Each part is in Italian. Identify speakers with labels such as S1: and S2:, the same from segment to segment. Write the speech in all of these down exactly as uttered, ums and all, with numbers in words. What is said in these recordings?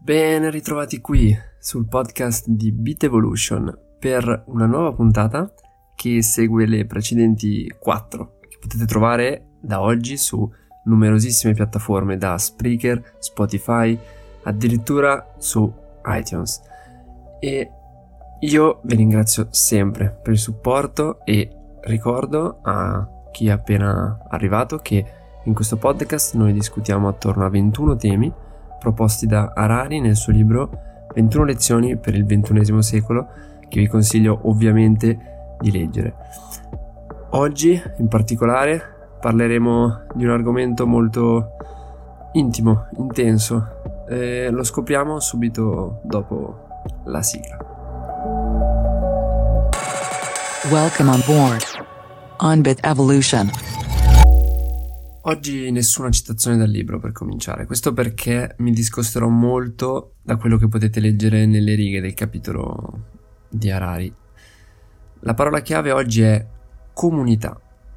S1: Ben ritrovati qui sul podcast di Beat Evolution per una nuova puntata che segue le precedenti quattro, che potete trovare da oggi su numerosissime piattaforme, da Spreaker, Spotify, addirittura su iTunes. E io vi ringrazio sempre per il supporto e ricordo a chi è appena arrivato che in questo podcast noi discutiamo attorno a ventuno temi proposti da Harari nel suo libro ventuno lezioni per il ventunesimo secolo, che vi consiglio ovviamente di leggere. Oggi in particolare parleremo di un argomento molto intimo, intenso, e lo scopriamo subito dopo la sigla.
S2: Welcome on board on Beat Evolution.
S1: Oggi nessuna citazione dal libro per cominciare, questo perché mi discosterò molto da quello che potete leggere nelle righe del capitolo di Harari. La parola chiave oggi è comunità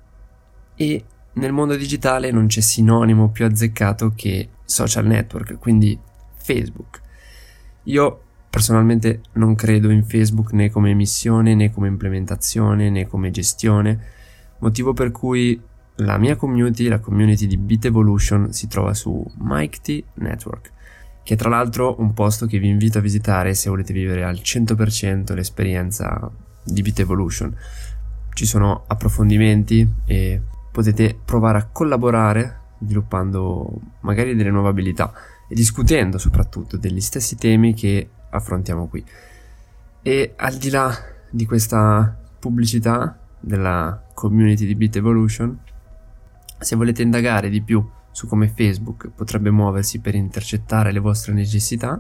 S1: e nel mondo digitale non c'è sinonimo più azzeccato che social network, quindi Facebook. Io personalmente non credo in Facebook né come missione, né come implementazione, né come gestione, motivo per cui la mia community, la community di Beat Evolution, si trova su Mighty Network, che è tra l'altro un posto che vi invito a visitare se volete vivere al cento per cento l'esperienza di Beat Evolution. Ci sono approfondimenti e potete provare a collaborare sviluppando magari delle nuove abilità e discutendo soprattutto degli stessi temi che affrontiamo qui. E al di là di questa pubblicità della community di Beat Evolution, se volete indagare di più su come Facebook potrebbe muoversi per intercettare le vostre necessità,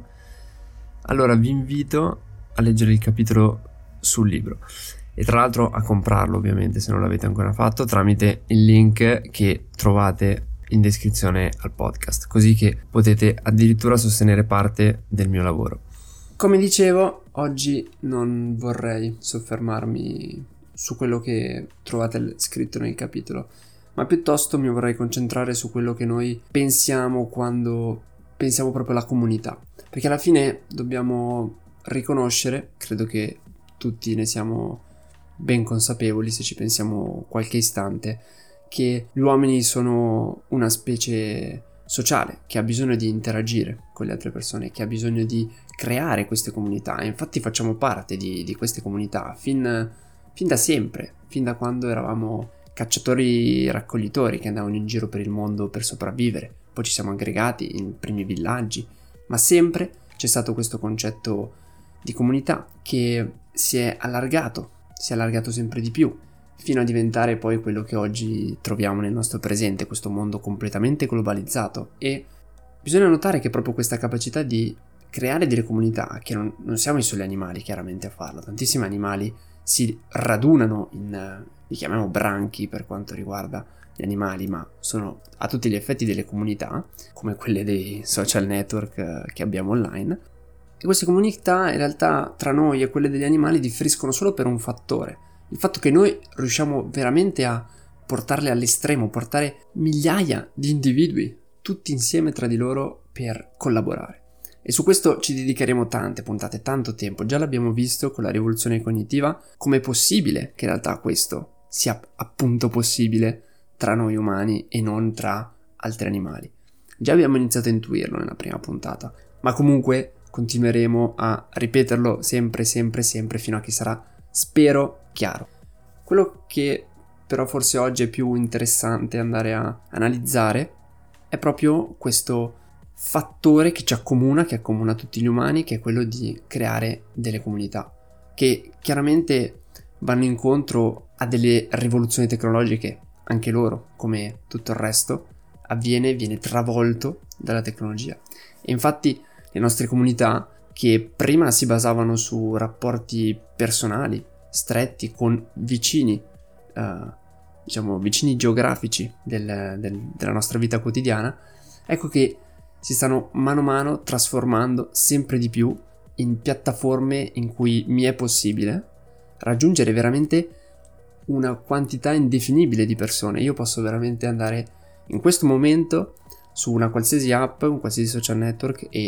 S1: allora vi invito a leggere il capitolo sul libro e tra l'altro a comprarlo, ovviamente, se non l'avete ancora fatto, tramite il link che trovate in descrizione al podcast, così che potete addirittura sostenere parte del mio lavoro. Come dicevo, oggi non vorrei soffermarmi su quello che trovate scritto nel capitolo, ma piuttosto mi vorrei concentrare su quello che noi pensiamo quando pensiamo proprio alla comunità, perché alla fine dobbiamo riconoscere, credo che tutti ne siamo ben consapevoli se ci pensiamo qualche istante, che gli uomini sono una specie sociale che ha bisogno di interagire con le altre persone, che ha bisogno di creare queste comunità, e infatti facciamo parte di, di queste comunità fin, fin da sempre, fin da quando eravamo cacciatori raccoglitori che andavano in giro per il mondo per sopravvivere. Poi ci siamo aggregati in primi villaggi, ma sempre c'è stato questo concetto di comunità che si è allargato, si è allargato sempre di più, fino a diventare poi quello che oggi troviamo nel nostro presente, questo mondo completamente globalizzato. E bisogna notare che proprio questa capacità di creare delle comunità, che non, non siamo i soli animali chiaramente a farlo, tantissimi animali si radunano in, li chiamiamo branchi per quanto riguarda gli animali, ma sono a tutti gli effetti delle comunità, come quelle dei social network che abbiamo online. E queste comunità in realtà tra noi e quelle degli animali differiscono solo per un fattore, il fatto che noi riusciamo veramente a portarle all'estremo, portare migliaia di individui tutti insieme tra di loro per collaborare. E su questo ci dedicheremo tante puntate, tanto tempo. Già l'abbiamo visto con la rivoluzione cognitiva, come è possibile che in realtà questo sia appunto possibile tra noi umani e non tra altri animali. Già abbiamo iniziato a intuirlo nella prima puntata, ma comunque continueremo a ripeterlo sempre, sempre, sempre fino a che sarà, spero, chiaro. Quello che però forse oggi è più interessante andare a analizzare è proprio questo fattore che ci accomuna, che accomuna tutti gli umani, che è quello di creare delle comunità, che chiaramente vanno incontro a delle rivoluzioni tecnologiche, anche loro, come tutto il resto, avviene, viene travolto dalla tecnologia. E infatti le nostre comunità, che prima si basavano su rapporti personali, stretti, con vicini, eh, diciamo vicini geografici del, del, della nostra vita quotidiana, ecco che si stanno mano a mano trasformando sempre di più in piattaforme in cui mi è possibile raggiungere veramente una quantità indefinibile di persone. Io posso veramente andare in questo momento su una qualsiasi app, un qualsiasi social network e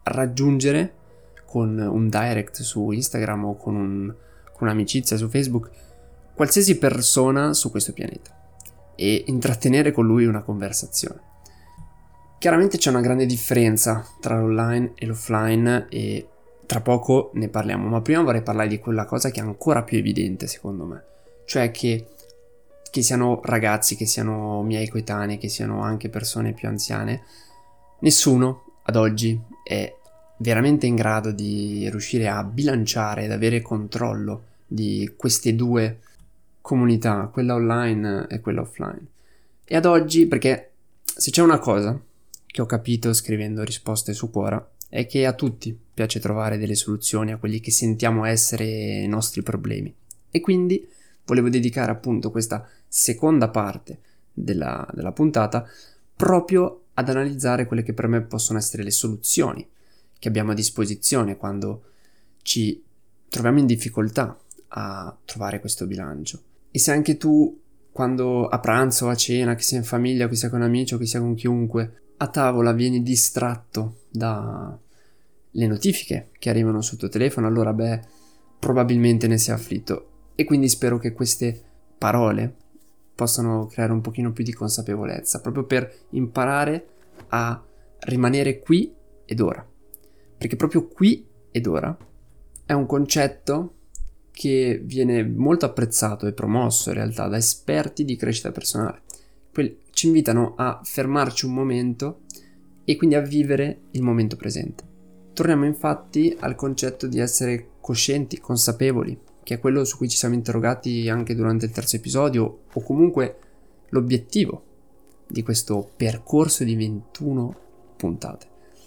S1: raggiungere con un direct su Instagram o con, un, con un'amicizia su Facebook qualsiasi persona su questo pianeta e intrattenere con lui una conversazione. Chiaramente c'è una grande differenza tra l'online e l'offline e tra poco ne parliamo, ma prima vorrei parlare di quella cosa che è ancora più evidente secondo me, cioè che, che siano ragazzi, che siano miei coetanei, che siano anche persone più anziane, nessuno ad oggi è veramente in grado di riuscire a bilanciare ed avere controllo di queste due comunità, quella online e quella offline. E ad oggi, perché se c'è una cosa che ho capito scrivendo risposte su Quora, è che a tutti piace trovare delle soluzioni a quelli che sentiamo essere i nostri problemi. E quindi volevo dedicare appunto questa seconda parte della, della puntata proprio ad analizzare quelle che per me possono essere le soluzioni che abbiamo a disposizione quando ci troviamo in difficoltà a trovare questo bilancio. E se anche tu, quando a pranzo o a cena, che sia in famiglia, che sia con amici o che sia con chiunque, a tavola vieni distratto dalle notifiche che arrivano sul tuo telefono, allora beh, probabilmente ne sei afflitto. E quindi spero che queste parole possano creare un pochino più di consapevolezza, proprio per imparare a rimanere qui ed ora. Perché proprio qui ed ora è un concetto che viene molto apprezzato e promosso in realtà da esperti di crescita personale. Quelli ci invitano a fermarci un momento e quindi a vivere il momento presente. Torniamo infatti al concetto di essere coscienti, consapevoli, che è quello su cui ci siamo interrogati anche durante il terzo episodio, o comunque l'obiettivo di questo percorso di ventuno puntate.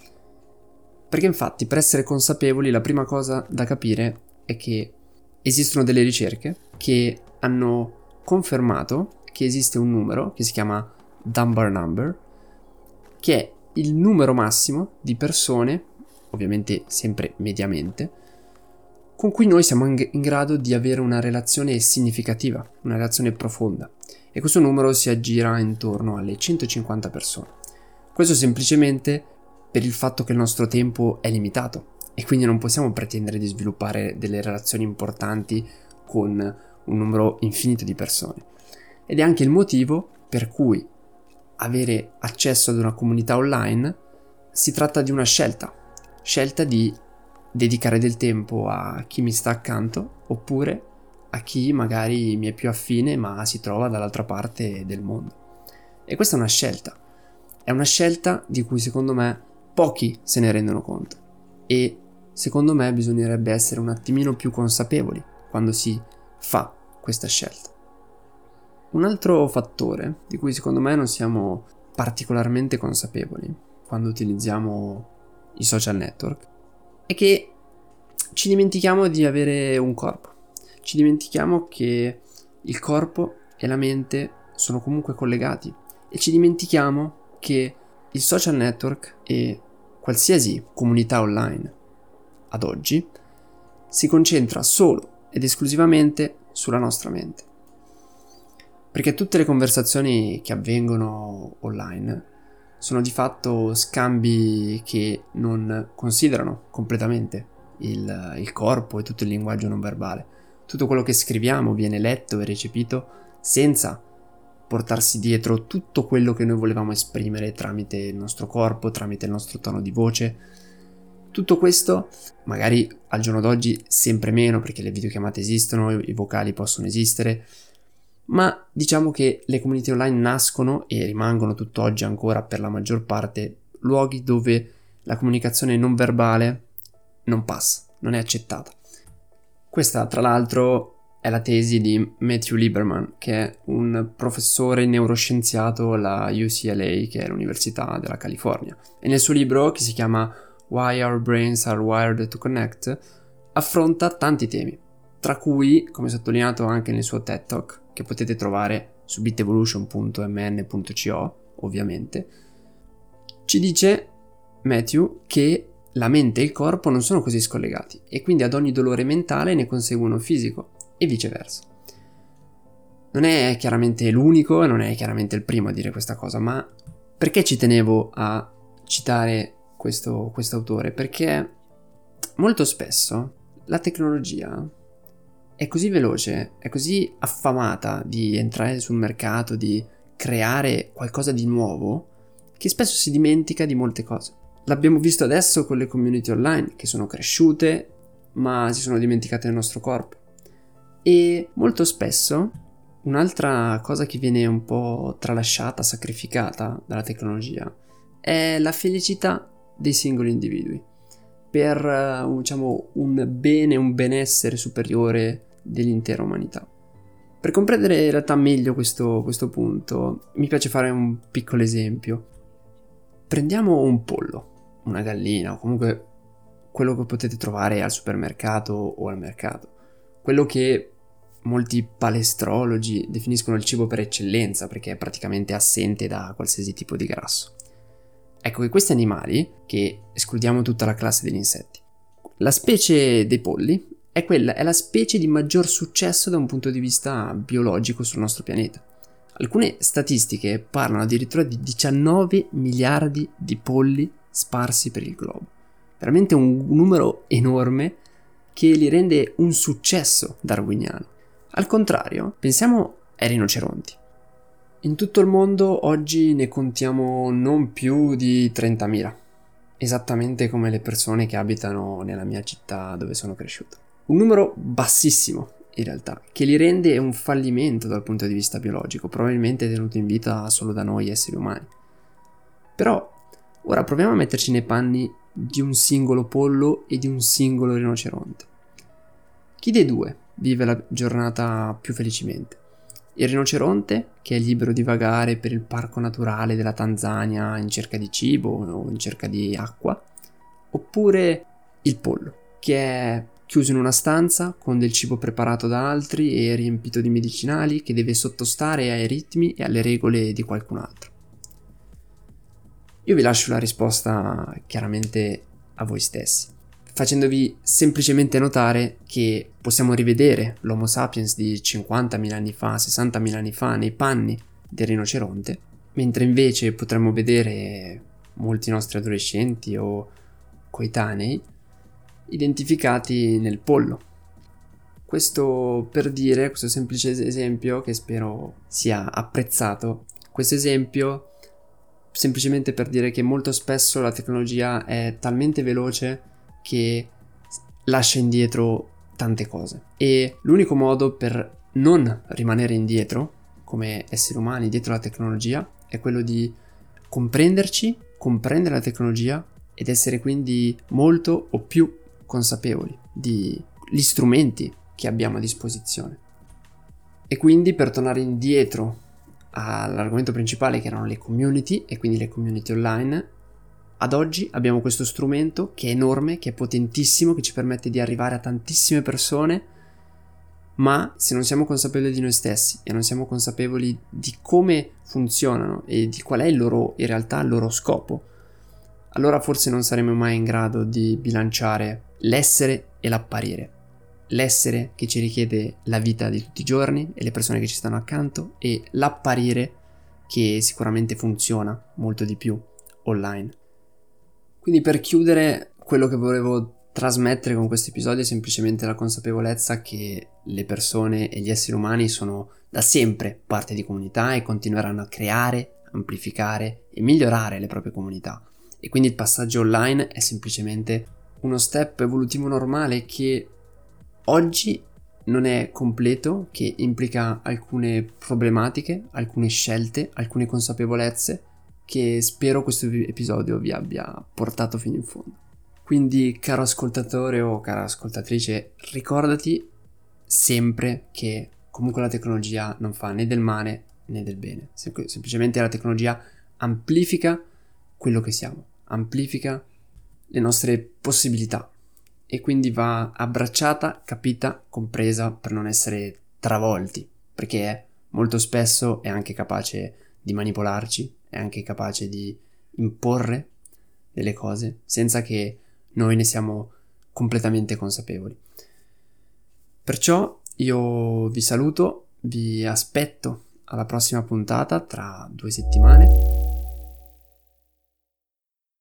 S1: Perché infatti per essere consapevoli la prima cosa da capire è che esistono delle ricerche che hanno confermato che esiste un numero che si chiama Dunbar Number, che è il numero massimo di persone, ovviamente sempre mediamente, con cui noi siamo in grado di avere una relazione significativa, una relazione profonda. E questo numero si aggira intorno alle centocinquanta persone. Questo semplicemente per il fatto che il nostro tempo è limitato e quindi non possiamo pretendere di sviluppare delle relazioni importanti con un numero infinito di persone. Ed è anche il motivo per cui avere accesso ad una comunità online si tratta di una scelta, scelta di dedicare del tempo a chi mi sta accanto oppure a chi magari mi è più affine ma si trova dall'altra parte del mondo. E questa è una scelta, è una scelta di cui secondo me pochi se ne rendono conto e secondo me bisognerebbe essere un attimino più consapevoli quando si fa questa scelta. Un altro fattore di cui secondo me non siamo particolarmente consapevoli quando utilizziamo i social network è che ci dimentichiamo di avere un corpo, ci dimentichiamo che il corpo e la mente sono comunque collegati e ci dimentichiamo che il social network e qualsiasi comunità online ad oggi si concentra solo ed esclusivamente sulla nostra mente. Perché tutte le conversazioni che avvengono online sono di fatto scambi che non considerano completamente il, il corpo e tutto il linguaggio non verbale. Tutto quello che scriviamo viene letto e recepito senza portarsi dietro tutto quello che noi volevamo esprimere tramite il nostro corpo, tramite il nostro tono di voce. Tutto questo, magari al giorno d'oggi sempre meno perché le videochiamate esistono, i vocali possono esistere, ma diciamo che le comunità online nascono e rimangono tutt'oggi ancora per la maggior parte luoghi dove la comunicazione non verbale non passa, non è accettata. Questa tra l'altro è la tesi di Matthew Lieberman, che è un professore neuroscienziato alla U C L A, che è l'Università della California, e nel suo libro, che si chiama Why Our Brains Are Wired to Connect, affronta tanti temi, tra cui, come sottolineato anche nel suo TED Talk, che potete trovare su bitevolution punto m n punto c o, ovviamente, ci dice Matthew che la mente e il corpo non sono così scollegati e quindi ad ogni dolore mentale ne consegue uno fisico e viceversa. Non è chiaramente l'unico e non è chiaramente il primo a dire questa cosa, ma perché ci tenevo a citare questo autore, perché molto spesso la tecnologia è così veloce, è così affamata di entrare sul mercato, di creare qualcosa di nuovo, che spesso si dimentica di molte cose. L'abbiamo visto adesso con le community online, che sono cresciute, ma si sono dimenticate del nostro corpo. E molto spesso un'altra cosa che viene un po' tralasciata, sacrificata dalla tecnologia, è la felicità dei singoli individui per, diciamo, un bene, un benessere superiore dell'intera umanità. Per comprendere in realtà meglio questo, questo punto, mi piace fare un piccolo esempio. Prendiamo un pollo, una gallina, o comunque quello che potete trovare al supermercato o al mercato, quello che molti palestrologi definiscono il cibo per eccellenza, perché è praticamente assente da qualsiasi tipo di grasso. Ecco che questi animali, che escludiamo tutta la classe degli insetti, la specie dei polli è quella, è la specie di maggior successo da un punto di vista biologico sul nostro pianeta. Alcune statistiche parlano addirittura di diciannove miliardi di polli sparsi per il globo. Veramente un numero enorme che li rende un successo darwiniano. Al contrario, pensiamo ai rinoceronti. In tutto il mondo oggi ne contiamo non più di trentamila, esattamente come le persone che abitano nella mia città dove sono cresciuto. Un numero bassissimo, in realtà, che li rende un fallimento dal punto di vista biologico, probabilmente tenuto in vita solo da noi esseri umani. Però, ora proviamo a metterci nei panni di un singolo pollo e di un singolo rinoceronte. Chi dei due vive la giornata più felicemente? Il rinoceronte, che è libero di vagare per il parco naturale della Tanzania in cerca di cibo o in cerca di acqua, oppure il pollo, che è chiuso in una stanza con del cibo preparato da altri e riempito di medicinali, che deve sottostare ai ritmi e alle regole di qualcun altro? Io vi lascio la risposta chiaramente a voi stessi, facendovi semplicemente notare che possiamo rivedere l'Homo sapiens di cinquantamila anni fa, sessantamila anni fa nei panni del rinoceronte, mentre invece potremmo vedere molti nostri adolescenti o coetanei identificati nel pollo. Questo per dire, questo semplice esempio che spero sia apprezzato, questo esempio semplicemente per dire che molto spesso la tecnologia è talmente veloce che lascia indietro tante cose, e l'unico modo per non rimanere indietro come esseri umani dietro la tecnologia è quello di comprenderci, comprendere la tecnologia ed essere quindi molto o più consapevoli degli strumenti che abbiamo a disposizione. E quindi, per tornare indietro all'argomento principale, che erano le community e quindi le community online, ad oggi abbiamo questo strumento che è enorme, che è potentissimo, che ci permette di arrivare a tantissime persone, ma se non siamo consapevoli di noi stessi e non siamo consapevoli di come funzionano e di qual è il loro, in realtà, il loro scopo, allora forse non saremo mai in grado di bilanciare l'essere e l'apparire. L'essere che ci richiede la vita di tutti i giorni e le persone che ci stanno accanto, e l'apparire che sicuramente funziona molto di più online. Quindi, per chiudere, quello che volevo trasmettere con questo episodio è semplicemente la consapevolezza che le persone e gli esseri umani sono da sempre parte di comunità e continueranno a creare, amplificare e migliorare le proprie comunità. E quindi il passaggio online è semplicemente uno step evolutivo normale che oggi non è completo, che implica alcune problematiche, alcune scelte, alcune consapevolezze che spero questo episodio vi abbia portato fino in fondo. Quindi, caro ascoltatore o cara ascoltatrice, ricordati sempre che comunque la tecnologia non fa né del male né del bene. Sem- semplicemente la tecnologia amplifica quello che siamo, amplifica le nostre possibilità, e quindi va abbracciata, capita, compresa per non essere travolti, perché molto spesso è anche capace di manipolarci, è anche capace di imporre delle cose senza che noi ne siamo completamente consapevoli. Perciò io vi saluto, vi aspetto alla prossima puntata tra due settimane